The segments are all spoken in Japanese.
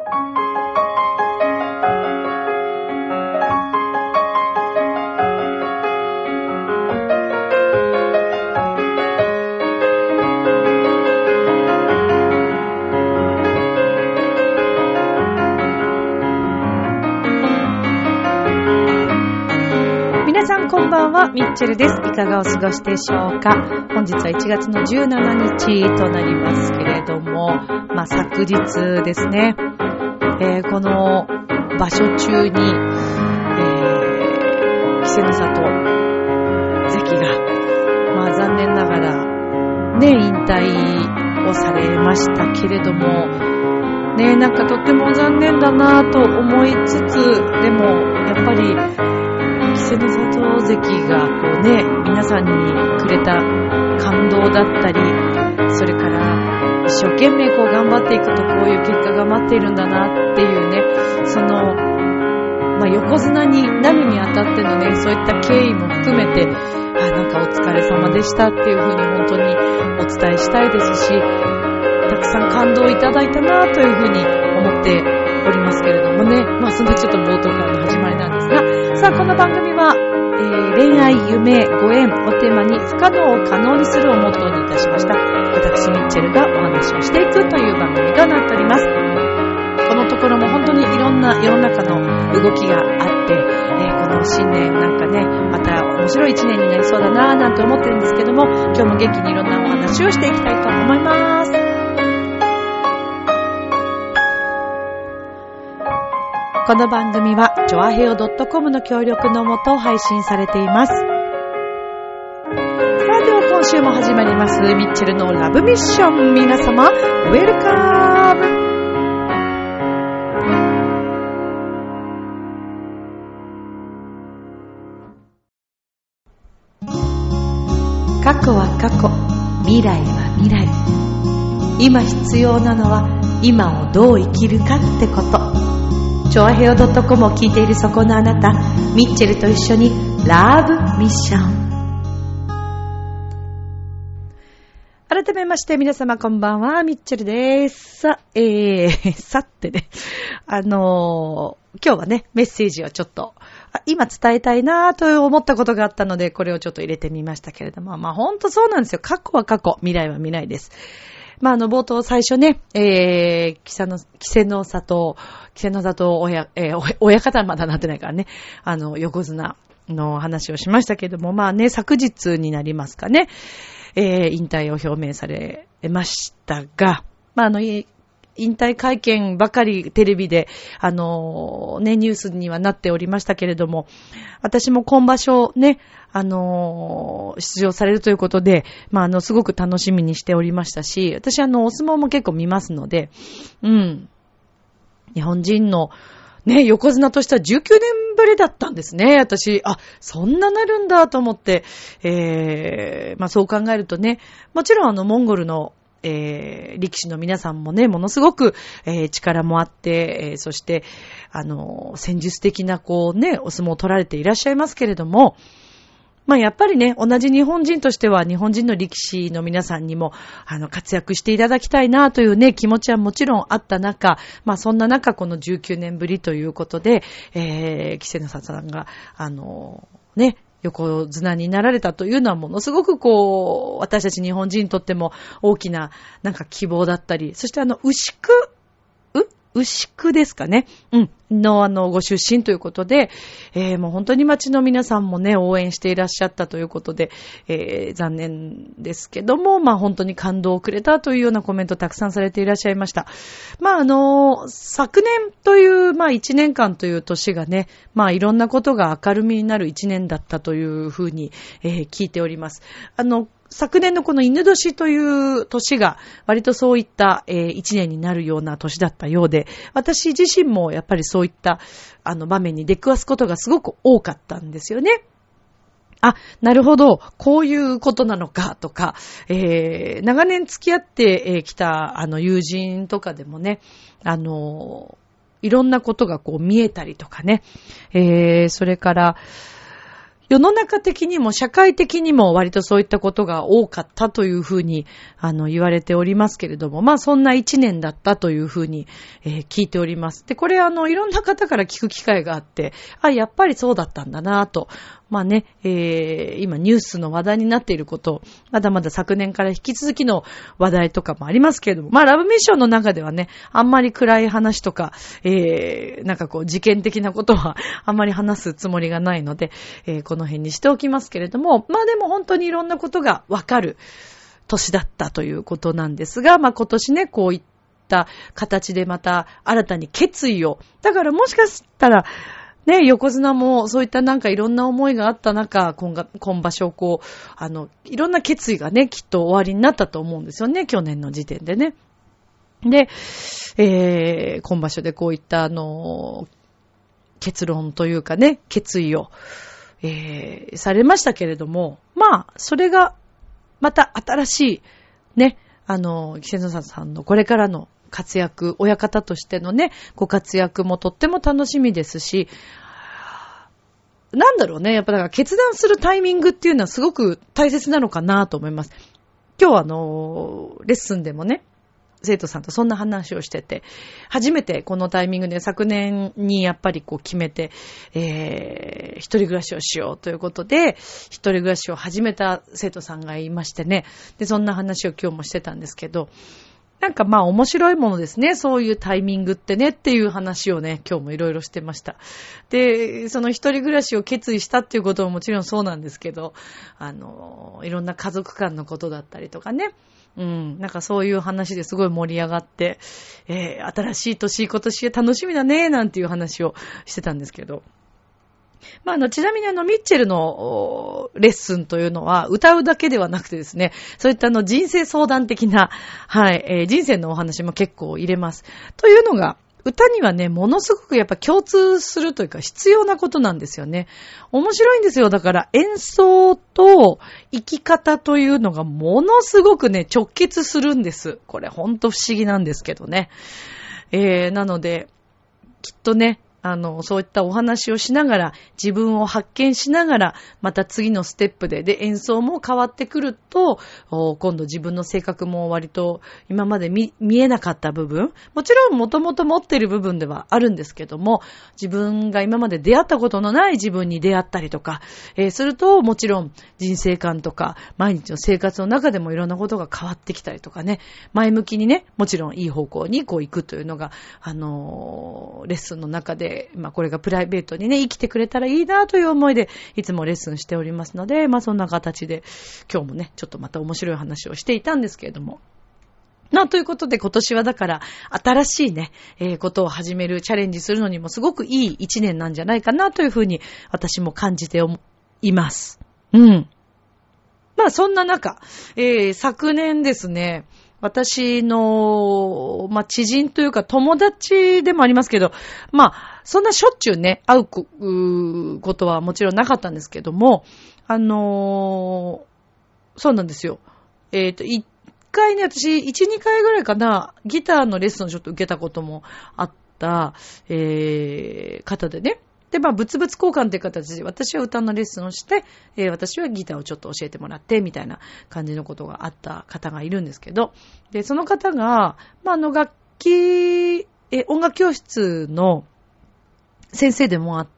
皆さんこんばんは、ミッチェルです。いかがお過ごしでしょうか。本日は1月の17日となりますけれども、昨日ですね、この場所中に、稀勢の里関が、残念ながらね、引退をされましたけれども、ね、なんかとっても残念だなと思いつつ、でもやっぱり稀勢の里関がこうね、皆さんにくれた感動だったり、それから一生懸命こう頑張っていくとこういう結果が待っているんだなっていうね、その、横綱になるにあたってのね、そういった経緯も含めて、なんかお疲れ様でしたっていうふうに本当にお伝えしたいですし、たくさん感動いただいたなというふうに思っておりますけれどもね、そんなちょっと冒頭からの始まりなんですが、さあこの番組は、恋愛、夢、ご縁をテーマに不可能を可能にするをモットーにいたしました。私ミッチェルがお話をしていくという番組となっております。このところも本当にいろんな世の中の動きがあって、この新年なんかね、また面白い一年になりそうだなぁなんて思ってるんですけども、今日も元気にいろんなお話をしていきたいと思います。この番組はチョアヘオ .com の協力のもと配信されています。さあでは今週も始まりますミッチェルのラブミッション、皆様ウェルカム。過去は過去、未来は未来。今必要なのは今をどう生きるかってこと。チョアヘオ .com を聞いているそこのあなた、ミッチェルと一緒にラブミッション。改めまして皆様こんばんは、ミッチェルです。さてね、今日はね、メッセージをちょっと今伝えたいなと思ったことがあったので、これをちょっと入れてみましたけれども、本当そうなんですよ。過去は過去、未来は未来です。冒頭最初ね、稀勢の里親方まだなってないからね、横綱の話をしましたけれども、昨日になりますかね、引退を表明されましたが、引退会見ばかりテレビで、ニュースにはなっておりましたけれども、私も今場所ね、出場されるということで、すごく楽しみにしておりましたし、私お相撲も結構見ますので、日本人のね、横綱としては19年ぶりだったんですね。私、そんななるんだと思って、そう考えるとね、もちろんモンゴルの力士の皆さんもね、ものすごく、力もあって、そして、戦術的なお相撲を取られていらっしゃいますけれども、やっぱりね、同じ日本人としては日本人の力士の皆さんにも、活躍していただきたいなというね、気持ちはもちろんあった中、そんな中、この19年ぶりということで、稀勢の里さんが、横綱になられたというのはものすごく私たち日本人にとっても大きな希望だったり、そして牛久ですかね。のご出身ということで、もう本当に町の皆さんもね、応援していらっしゃったということで、残念ですけども、本当に感動をくれたというようなコメントたくさんされていらっしゃいました。昨年という、1年間という年がね、いろんなことが明るみになる1年だったというふうに、聞いております。昨年のこの犬年という年が割とそういった一年になるような年だったようで、私自身もやっぱりそういった場面に出くわすことがすごく多かったんですよね。なるほど、こういうことなのかとか、長年付き合ってきた友人とかでもね、いろんなことが見えたりとかね、それから世の中的にも社会的にも割とそういったことが多かったというふうに言われておりますけれども、まあそんな一年だったというふうに、聞いております。で、これいろんな方から聞く機会があって、やっぱりそうだったんだなと。まあね、今ニュースの話題になっていること、まだまだ昨年から引き続きの話題とかもありますけれども、まあラブミッションの中ではね、あんまり暗い話とか、なんかこう事件的なことはあんまり話すつもりがないので、この辺にしておきますけれども、まあでも本当にいろんなことがわかる年だったということなんですが、まあ今年ね、こういった形でまた新たに決意を、だからもしかしたら、ね、横綱もそういったなんかいろんな思いがあった中、今場所こう、いろんな決意がね、きっと終わりになったと思うんですよね、去年の時点でね。で、今場所でこういった結論というかね、決意を、されましたけれども、まあ、それがまた新しい、ね、稀勢の里さんのこれからの活躍、親方としてのね、ご活躍もとっても楽しみですし、なんだろうね、やっぱだから決断するタイミングっていうのはすごく大切なのかなと思います。今日はレッスンでもね、生徒さんとそんな話をしてて、初めてこのタイミングで昨年にやっぱりこう決めて、一人暮らしをしようということで、一人暮らしを始めた生徒さんがいましてね、で、そんな話を今日もしてたんですけど、なんかまあ面白いものですね。そういうタイミングってねっていう話をね、今日もいろいろしてました。で、その一人暮らしを決意したっていうことももちろんそうなんですけど、いろんな家族間のことだったりとかね。なんかそういう話ですごい盛り上がって、新しい年、今年楽しみだね、なんていう話をしてたんですけど。まあ、ちなみにミッチェルのレッスンというのは歌うだけではなくてですね、そういった人生相談的な、はい、人生のお話も結構入れます。というのが、歌にはね、ものすごくやっぱ共通するというか必要なことなんですよね。面白いんですよ。だから演奏と生き方というのがものすごくね、直結するんです。これほんと不思議なんですけどね。なので、きっとね、そういったお話をしながら、自分を発見しながら、また次のステップで演奏も変わってくると、今度自分の性格も割と今まで見えなかった部分、もちろんもともと持っている部分ではあるんですけども、自分が今まで出会ったことのない自分に出会ったりとか、するともちろん人生観とか、毎日の生活の中でもいろんなことが変わってきたりとかね、前向きにね、もちろんいい方向にこう行くというのが、レッスンの中でまあこれがプライベートにね生きてくれたらいいなという思いでいつもレッスンしておりますので、まあそんな形で今日もねちょっとまた面白い話をしていたんですけれども、ということで今年はだから新しいね、ことを始めるチャレンジするのにもすごくいい一年なんじゃないかなというふうに私も感じています。まあそんな中、昨年ですね、私の、知人というか友達でもありますけど、そんなしょっちゅうね、会うことはもちろんなかったんですけども、そうなんですよ。一回ね、私、1、2回ぐらいかな、ギターのレッスンをちょっと受けたこともあった、方でね。で、物々交換という形で、私は歌のレッスンをして、私はギターをちょっと教えてもらって、みたいな感じのことがあった方がいるんですけど、で、その方が、楽器、音楽教室の先生でもあって、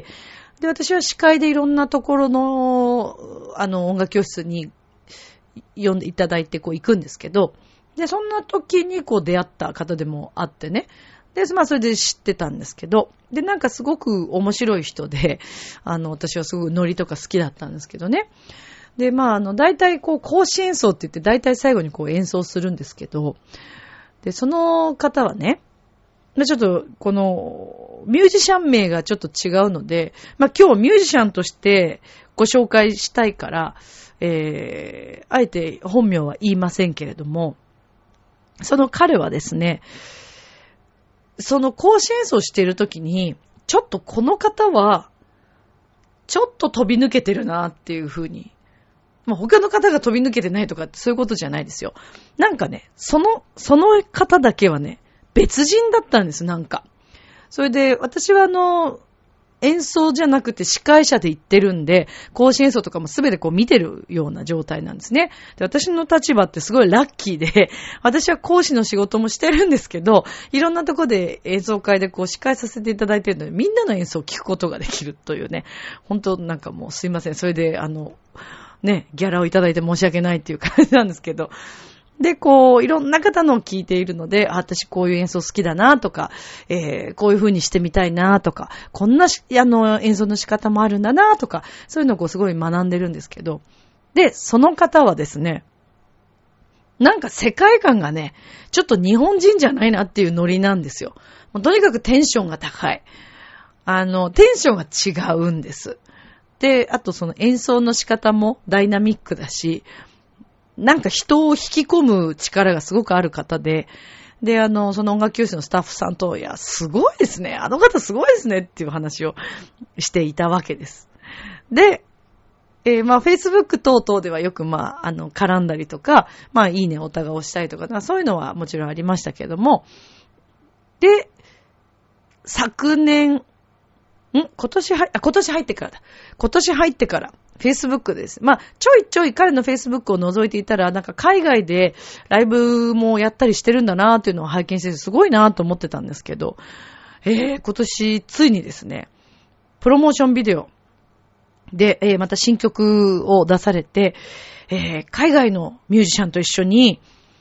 で、私は司会でいろんなところの、音楽教室に呼んでいただいて、行くんですけど、で、そんな時に出会った方でもあってね、で、それで知ってたんですけど、で、なんかすごく面白い人で、私はすごくノリとか好きだったんですけどね。で、大体講師演奏って言って、大体最後に演奏するんですけど、で、その方はね、ちょっと、この、ミュージシャン名がちょっと違うので、今日ミュージシャンとしてご紹介したいから、あえて本名は言いませんけれども、その彼はですね、その講師演奏しているときに、ちょっとこの方は、ちょっと飛び抜けてるなっていう風に。他の方が飛び抜けてないとかってそういうことじゃないですよ。なんかね、その方だけはね、別人だったんです、なんか。それで、私は演奏じゃなくて司会者で行ってるんで、講師演奏とかもすべてこう見てるような状態なんですね。で、私の立場ってすごいラッキーで、私は講師の仕事もしてるんですけど、いろんなとこで演奏会でこう司会させていただいてるので、みんなの演奏を聞くことができるというね、本当なんかもうすいません。それでね、ギャラをいただいて申し訳ないっていう感じなんですけど、で、こう、いろんな方のを聞いているので、私こういう演奏好きだなとか、こういう風にしてみたいなとか、こんな演奏の仕方もあるんだなとか、そういうのをこうすごい学んでるんですけど、で、その方はですね、なんか世界観がね、ちょっと日本人じゃないなっていうノリなんですよ。もうとにかくテンションが高い。テンションが違うんです。で、あとその演奏の仕方もダイナミックだし、なんか人を引き込む力がすごくある方で、で、その音楽教室のスタッフさんと、いや、すごいですね。あの方すごいですねっていう話をしていたわけです。で、Facebook 等々ではよく絡んだりとか、いいね、お互い押したりとか、そういうのはもちろんありましたけども、で、昨年、今年入ってからだ。今年入ってから、Facebook です。ちょいちょい彼の Facebook を覗いていたら、なんか海外でライブもやったりしてるんだなっていうのを拝見してすごいなと思ってたんですけど、今年ついにですね、プロモーションビデオで、また新曲を出されて、海外のミュージシャンと一緒に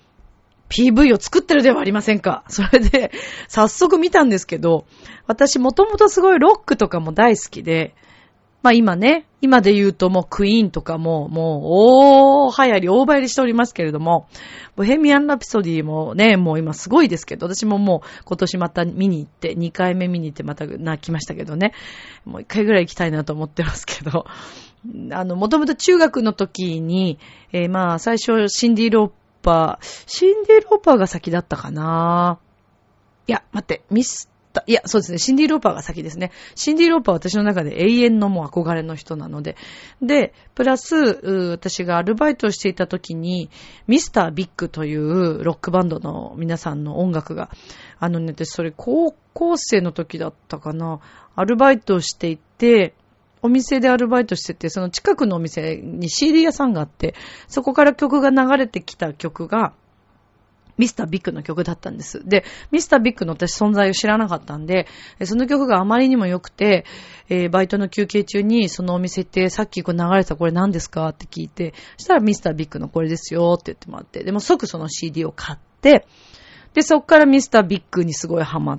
PV を作ってるではありませんか。それで、早速見たんですけど、私もともとすごいロックとかも大好きで、今で言うともうクイーンとかも、大流行り、大流行りしておりますけれども、ボヘミアン・ラプソディもね、もう今すごいですけど、私ももう今年また見に行って、2回目見に行ってまた泣きましたけどね、もう1回ぐらい行きたいなと思ってますけど、もともと中学の時に、最初シンディ・ローパーが先だったかな。いや、待って、そうですね。シンディ・ローパーが先ですね。シンディ・ローパーは私の中で永遠のもう憧れの人なので。で、プラス、私がアルバイトをしていた時に、ミスター・ビッグというロックバンドの皆さんの音楽が、私それ高校生の時だったかな。アルバイトをしていて、お店でアルバイトしてて、その近くのお店に CD 屋さんがあって、そこから曲が流れてきた曲が、ミスタービッグの曲だったんです。で、ミスタービッグの私存在を知らなかったんで、その曲があまりにも良くて、バイトの休憩中にそのお店行って、さっき流れてたこれ何ですかって聞いて、そしたらミスタービッグのこれですよって言ってもらって、でも即その CD を買って、で、そっからミスタービッグにすごいハマって、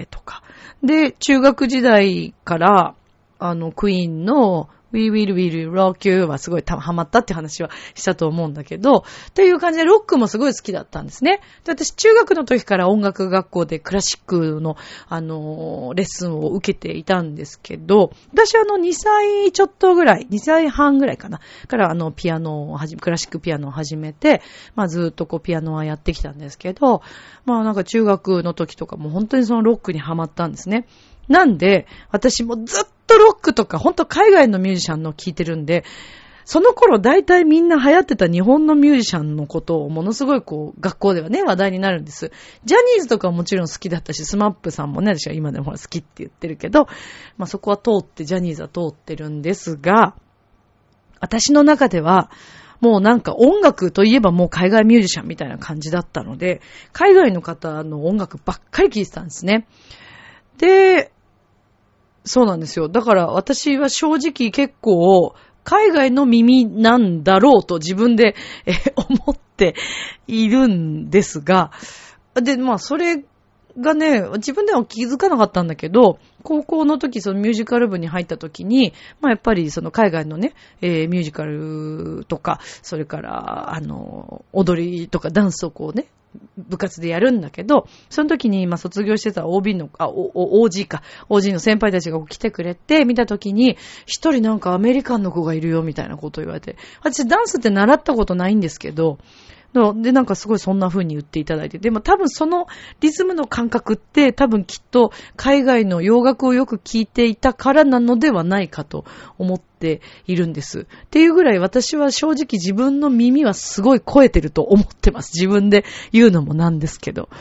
とか。で、中学時代から、クイーンのWe Will Rock You はすごいハマったって話はしたと思うんだけど、という感じでロックもすごい好きだったんですね。で、私中学の時から音楽学校でクラシックのレッスンを受けていたんですけど、私2歳ちょっとぐらい、2歳半ぐらいかな、からピアノをクラシックピアノを始めて、ずっとこうピアノはやってきたんですけど、なんか中学の時とかも本当にそのロックにハマったんですね。なんで、私もずっとロックとか、ほんと海外のミュージシャンの聞いてるんで、その頃大体みんな流行ってた日本のミュージシャンのことをものすごいこう、学校ではね、話題になるんです。ジャニーズとかはもちろん好きだったし、スマップさんもね、私は今でも好きって言ってるけど、そこは通って、ジャニーズは通ってるんですが、私の中では、もうなんか音楽といえばもう海外ミュージシャンみたいな感じだったので、海外の方の音楽ばっかり聴いてたんですね。で、そうなんですよ。だから私は正直結構海外の耳なんだろうと自分で思っているんですが、で、それがね、自分では気づかなかったんだけど、高校の時そのミュージカル部に入った時に、やっぱりその海外のね、ミュージカルとか、それから踊りとかダンスをこうね、部活でやるんだけど、その時に卒業してた OG の先輩たちが来てくれて、見た時に、一人なんかアメリカンの子がいるよみたいなことを言われて、私ダンスって習ったことないんですけど、で、なんかすごいそんな風に言っていただいて、でも多分そのリズムの感覚って多分きっと海外の洋楽をよく聴いていたからなのではないかと思っているんです。っていうぐらい私は正直自分の耳はすごい超えてると思ってます。自分で言うのもなんですけど。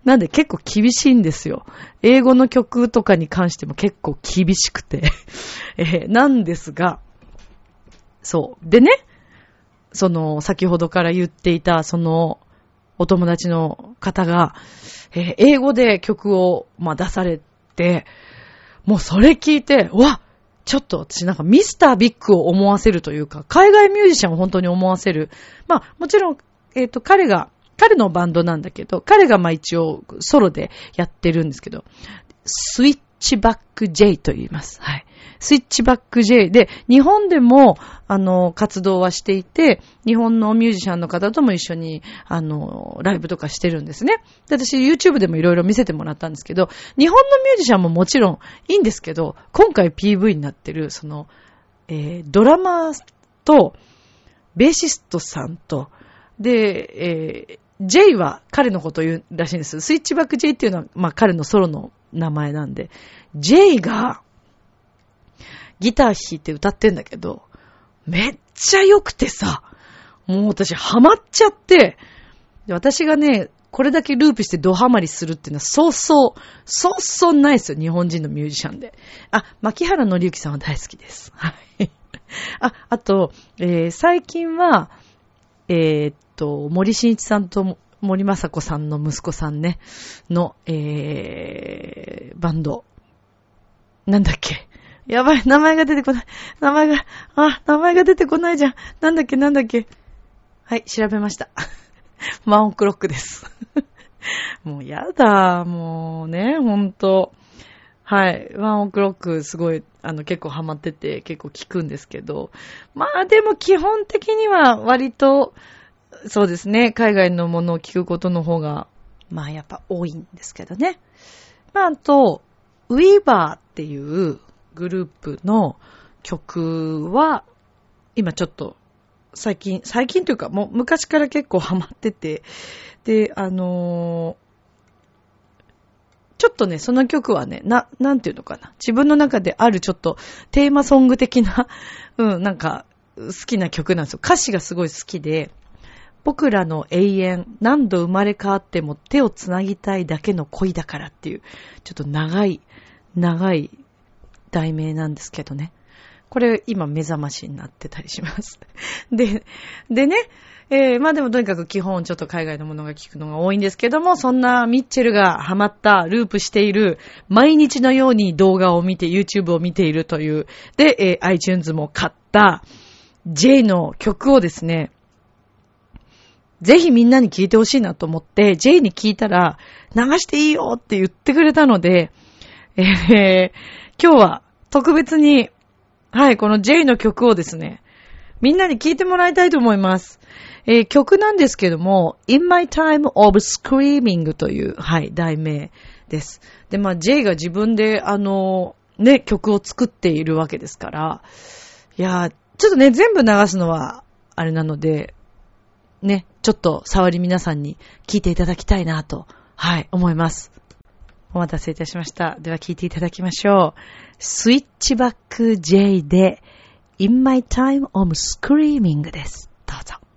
なんで結構厳しいんですよ。英語の曲とかに関しても結構厳しくて。なんですが、そう。でね、先ほどから言っていた、お友達の方が、英語で曲を、出されて、もうそれ聞いて、ちょっと私なんかミスタービッグを思わせるというか、海外ミュージシャンを本当に思わせる。もちろん、彼のバンドなんだけど、彼が一応ソロでやってるんですけど、スイッチバック J と言います。はい。スイッチバック J で、日本でも、活動はしていて、日本のミュージシャンの方とも一緒に、ライブとかしてるんですね。で、私 YouTube でもいろいろ見せてもらったんですけど、日本のミュージシャンももちろんいいんですけど、今回 PV になってる、ドラマーと、ベーシストさんと、で、J は彼のことを言うらしいんです。スイッチバック J っていうのは、彼のソロの名前なんで、J がギター弾いて歌ってんだけど、めっちゃ良くてさ、もう私ハマっちゃって、で私がね、これだけループしてドハマりするっていうのはそうそうないですよ、日本人のミュージシャンで。牧原紀之さんは大好きです。はい。あと、最近は、森進一さんと森昌子さんの息子さんね、の、バンド。なんだっけ。やばい、名前が出てこない。名前が出てこないじゃん。なんだっけ。はい、調べました。ワンオクロックです。もうやだ、もうね、ほんと。はい、ワンオクロックすごい、結構ハマってて、結構聞くんですけど。でも基本的には割と、そうですね、海外のものを聞くことの方が、やっぱ多いんですけどね。あと、ウィーバーっていうグループの曲は、今ちょっと、最近というか、もう昔から結構ハマってて、で、ちょっとね、その曲はね、なんていうのかな。自分の中であるちょっとテーマソング的な、なんか好きな曲なんですよ。歌詞がすごい好きで、僕らの永遠、何度生まれ変わっても手をつなぎたいだけの恋だからっていう、ちょっと長い題名なんですけどね。これ今目覚ましになってたりします。でね、でもとにかく基本ちょっと海外のものが聞くのが多いんですけども、そんなミッチェルがハマったループしている毎日のように動画を見て YouTube を見ているというで、iTunes も買った J の曲をですね、ぜひみんなに聞いてほしいなと思って J に聞いたら流していいよって言ってくれたので、今日は特別にこの J の曲をですね、みんなに聞いてもらいたいと思います。曲なんですけども、In My Time of Screaming という、題名です。で、J が自分で、曲を作っているわけですから、ちょっとね、全部流すのは、あれなので、ね、ちょっと触り皆さんに聞いていただきたいなと、思います。お待たせいたしました。では聞いていただきましょう。スイッチバック J で In My Time of Screaming です。どうぞ。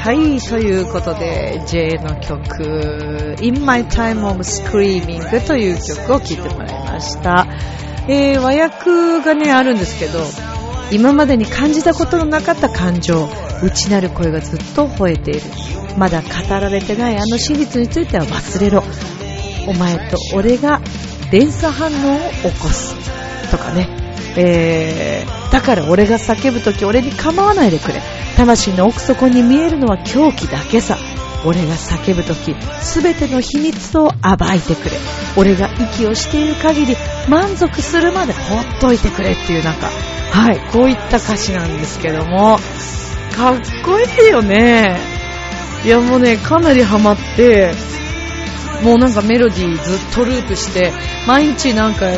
はい、ということで J の曲 In My Time of Screaming という曲を聴いてもらいました。和訳がねあるんですけど、今までに感じたことのなかった感情、内なる声がずっと吠えている。まだ語られてないあの真実については忘れろ。お前と俺が連鎖反応を起こすとかね、だから俺が叫ぶとき俺に構わないでくれ。魂の奥底に見えるのは狂気だけさ。俺が叫ぶときすべての秘密を暴いてくれ。俺が息をしている限り満足するまでほっといてくれっていう、なんかはい、こういった歌詞なんですけども、かっこいいよね。いやもうね、かなりハマって、もうなんかメロディーずっとループして、毎日なんか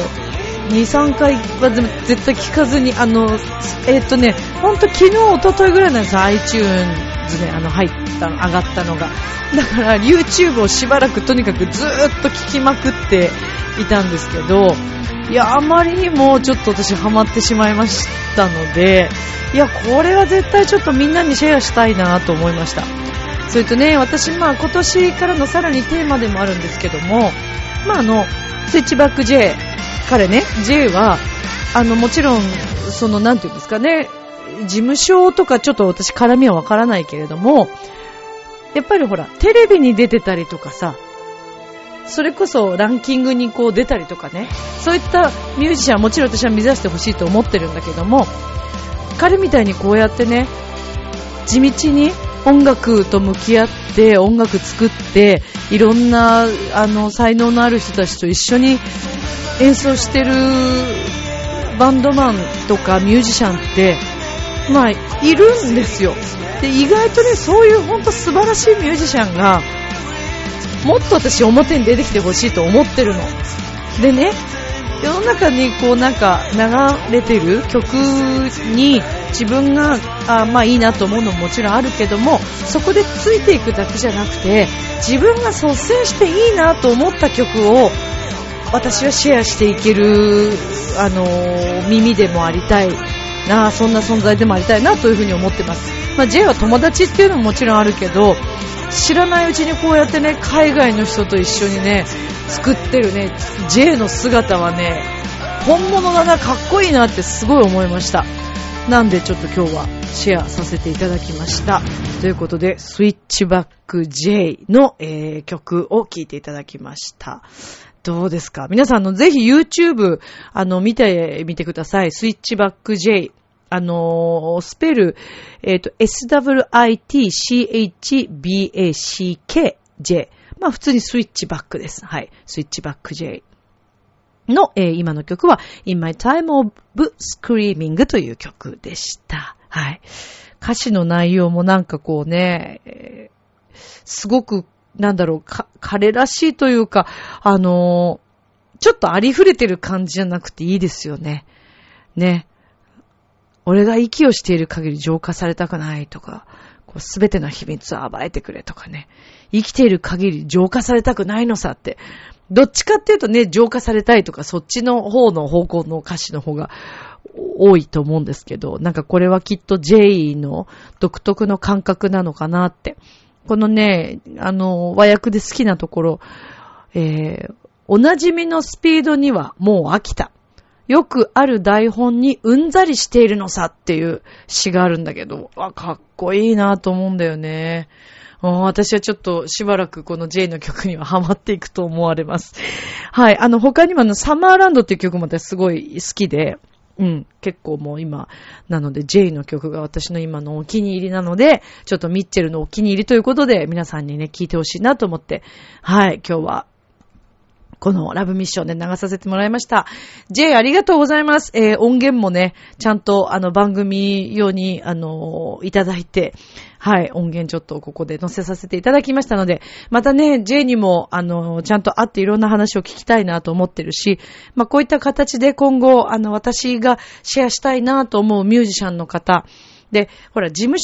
2、3回は絶対聞かずに、ほんと昨日、一昨日ぐらいなんですよ、iTunes で入ったの、上がったのが。だから YouTube をしばらくとにかくずーっと聞きまくっていたんですけど、いや、あまりにもちょっと私ハマってしまいましたので、いや、これは絶対ちょっとみんなにシェアしたいなと思いました。それとね、私、今年からのさらにテーマでもあるんですけども、スイッチバック J、彼ね、J は、もちろん、なんていうんですかね、事務所とかちょっと私絡みはわからないけれども、やっぱりほら、テレビに出てたりとかさ、それこそランキングにこう出たりとかね、そういったミュージシャンはもちろん私は目指してほしいと思ってるんだけども、彼みたいにこうやってね、地道に音楽と向き合って音楽作っていろんな才能のある人たちと一緒に演奏してるバンドマンとかミュージシャンっているんですよ。で、意外とね、そういう本当素晴らしいミュージシャンがもっと私表に出てきてほしいと思ってるのでね、世の中にこうなんか流れてる曲に自分がいいなと思うのももちろんあるけども、そこでついていくだけじゃなくて、自分が率先していいなと思った曲を私はシェアしていける耳でもありたいな、そんな存在でもありたいなというふうに思ってます。J は友達っていうのももちろんあるけど、知らないうちにこうやってね、海外の人と一緒にね作ってるね J の姿はね、本物だな、かっこいいなってすごい思いました。なんでちょっと今日はシェアさせていただきました。ということでスイッチバック J の、曲を聴いていただきました。どうですか皆さん、ぜひ YouTube 見てみてください。スイッチバック J、スペル、SWITCHBACK-J。普通にスイッチバックです。はい。スイッチバック J の、今の曲は In My Time of Screaming という曲でした。はい。歌詞の内容もなんかこうね、すごく、彼らしいというか、ちょっとありふれてる感じじゃなくていいですよね。ね。俺が息をしている限り浄化されたくないとか、すべての秘密を暴いてくれとかね。生きている限り浄化されたくないのさって。どっちかっていうとね、浄化されたいとか、そっちの方の方向の歌詞の方が多いと思うんですけど、なんかこれはきっと J の独特の感覚なのかなって。このね、和訳で好きなところ、おなじみのスピードにはもう飽きた。よくある台本にうんざりしているのさっていう詩があるんだけど、かっこいいなと思うんだよね。私はちょっとしばらくこの J の曲にはハマっていくと思われます。はい。他にもサマーランドっていう曲も私すごい好きで、結構もう今、なので J の曲が私の今のお気に入りなので、ちょっとミッチェルのお気に入りということで、皆さんにね、聞いてほしいなと思って、はい、今日は、このラブミッションで流させてもらいました。J ありがとうございます。音源もね、ちゃんと番組用にいただいて、はい、音源ちょっとここで載せさせていただきましたので、またね、J にもちゃんと会っていろんな話を聞きたいなと思ってるし、こういった形で今後私がシェアしたいなと思うミュージシャンの方で、ほら事務所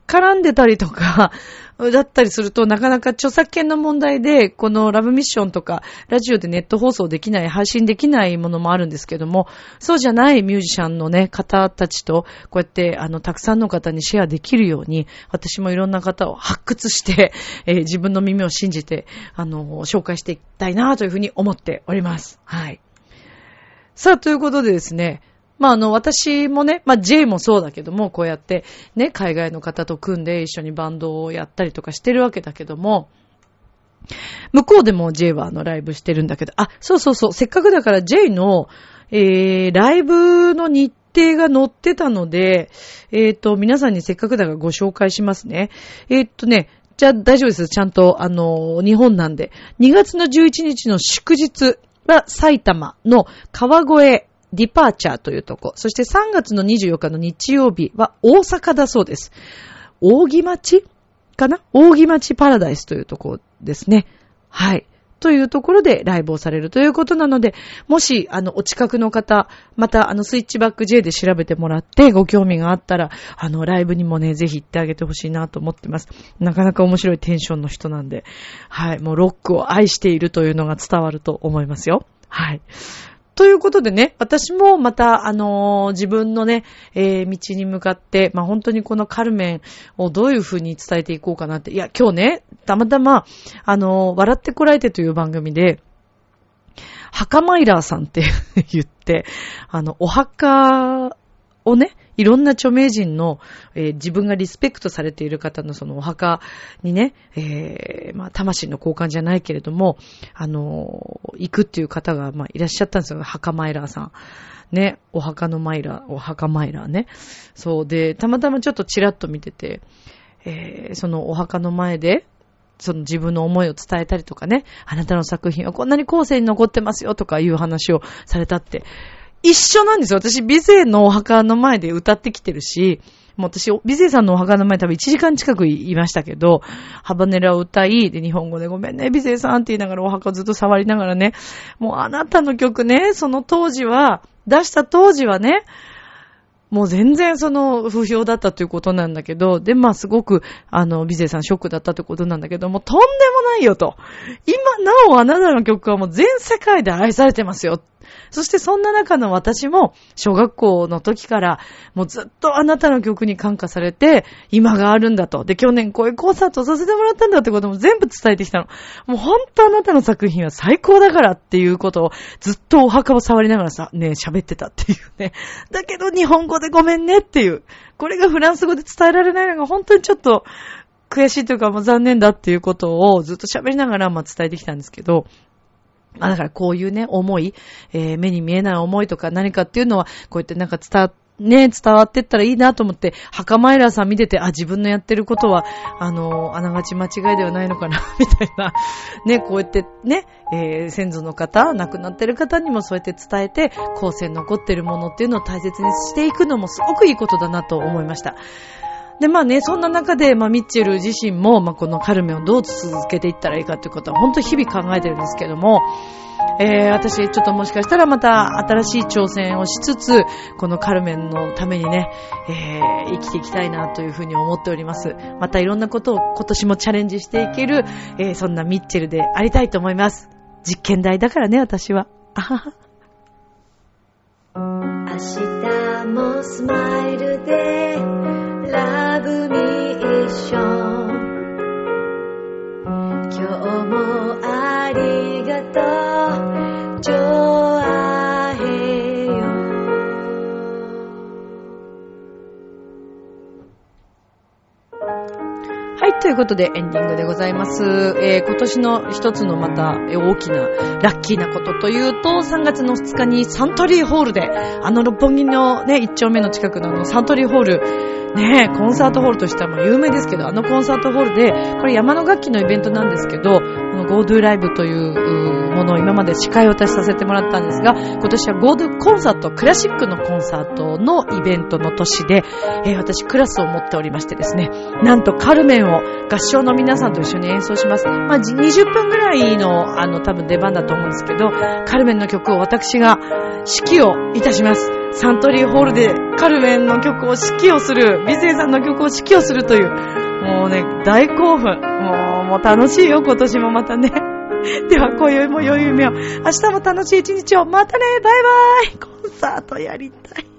絡んでたりとか、だったりすると、なかなか著作権の問題で、このラブミッションとか、ラジオでネット放送できない、配信できないものもあるんですけども、そうじゃないミュージシャンのね、方たちと、こうやって、たくさんの方にシェアできるように、私もいろんな方を発掘して、自分の耳を信じて、紹介していきたいなというふうに思っております。はい。さあ、ということでですね、私もね、J もそうだけども、こうやってね、海外の方と組んで一緒にバンドをやったりとかしてるわけだけども、向こうでも J はライブしてるんだけど、そう、せっかくだから J の、ライブの日程が載ってたので、皆さんにせっかくだからご紹介しますね。じゃあ大丈夫です。ちゃんと、日本なんで。2月の11日の祝日は埼玉の川越ディパーチャーというとこ。そして3月の24日の日曜日は大阪だそうです。扇町かな？扇町パラダイスというとこですね。はい。というところでライブをされるということなので、もし、お近くの方、また、スイッチバック J で調べてもらってご興味があったら、ライブにもね、ぜひ行ってあげてほしいなと思ってます。なかなか面白いテンションの人なんで、はい。もうロックを愛しているというのが伝わると思いますよ。はい。ということでね、私もまた、自分のね、道に向かって、本当にこのカルメンをどういうふうに伝えていこうかなって。いや、今日ね、たまたま、笑ってこられてという番組で、墓マイラーさんって言って、お墓をね、いろんな著名人の、自分がリスペクトされている方のそのお墓にね、魂の交換じゃないけれども、行くっていう方が、いらっしゃったんですよ。墓マイラーさん。ね、お墓マイラーね。そうで、たまたまちょっとチラッと見てて、そのお墓の前で、その自分の思いを伝えたりとかね、あなたの作品はこんなに後世に残ってますよとかいう話をされたって、一緒なんですよ。私、美勢のお墓の前で歌ってきてるし、もう私、美勢さんのお墓の前多分1時間近くいましたけど、ハバネラを歌い、で、日本語でごめんね、美勢さんって言いながらお墓をずっと触りながらね、もうあなたの曲ね、その当時は、出した当時はね、もう全然その不評だったということなんだけど、で、すごく、美勢さんショックだったということなんだけども、とんでもないよと。今なおあなたの曲はもう全世界で愛されてますよ。そしてそんな中の私も小学校の時からもうずっとあなたの曲に感化されて今があるんだと。で、去年こういうコンサートをさせてもらったんだってことも全部伝えてきたの。もう本当あなたの作品は最高だからっていうことをずっとお墓を触りながら喋ってたっていうね。だけど日本語でごめんねっていう。これがフランス語で伝えられないのが本当にちょっと悔しいというかもう残念だっていうことをずっと喋りながら伝えてきたんですけど、だからこういうね、思い、目に見えない思いとか何かっていうのは、こうやって伝わってったらいいなと思って、墓マイラーさん見てて、自分のやってることは、あながち間違いではないのかな、みたいな。ね、こうやってね、先祖の方、亡くなってる方にもそうやって伝えて、後世に残ってるものっていうのを大切にしていくのもすごくいいことだなと思いました。で、そんな中で、ミッチェル自身も、このカルメンをどう続けていったらいいかということは、本当に日々考えてるんですけども、私、ちょっともしかしたらまた新しい挑戦をしつつ、このカルメンのためにね、生きていきたいなというふうに思っております。またいろんなことを今年もチャレンジしていける、そんなミッチェルでありたいと思います。実験台だからね、私は。あはは。 明日もスマイルでラブミッション、今日もありがとうジョアヘヨ。 はい、ということでエンディングでございます。今年の一つのまた大きなラッキーなことというと、3月の2日にサントリーホールで、六本木のね、1丁目の近くのサントリーホール、ね、コンサートホールとしてはもう有名ですけど、コンサートホールで、これ山の楽器のイベントなんですけど、この GoDo ライブというものを今まで司会を私させてもらったんですが、今年は GoDo コンサート、クラシックのコンサートのイベントの年で、私クラスを持っておりましてですね、なんとカルメンを合唱の皆さんと一緒に演奏します。20分ぐらいの多分出番だと思うんですけど、カルメンの曲を私が指揮をいたします。 サントリーホールでカルメンの曲を指揮をする、美声さんの曲を指揮をするという、もうね、大興奮。もう楽しいよ、今年もまたね。では、今宵も良い夢を。明日も楽しい一日を。またね、バイバイ。コンサートやりたい。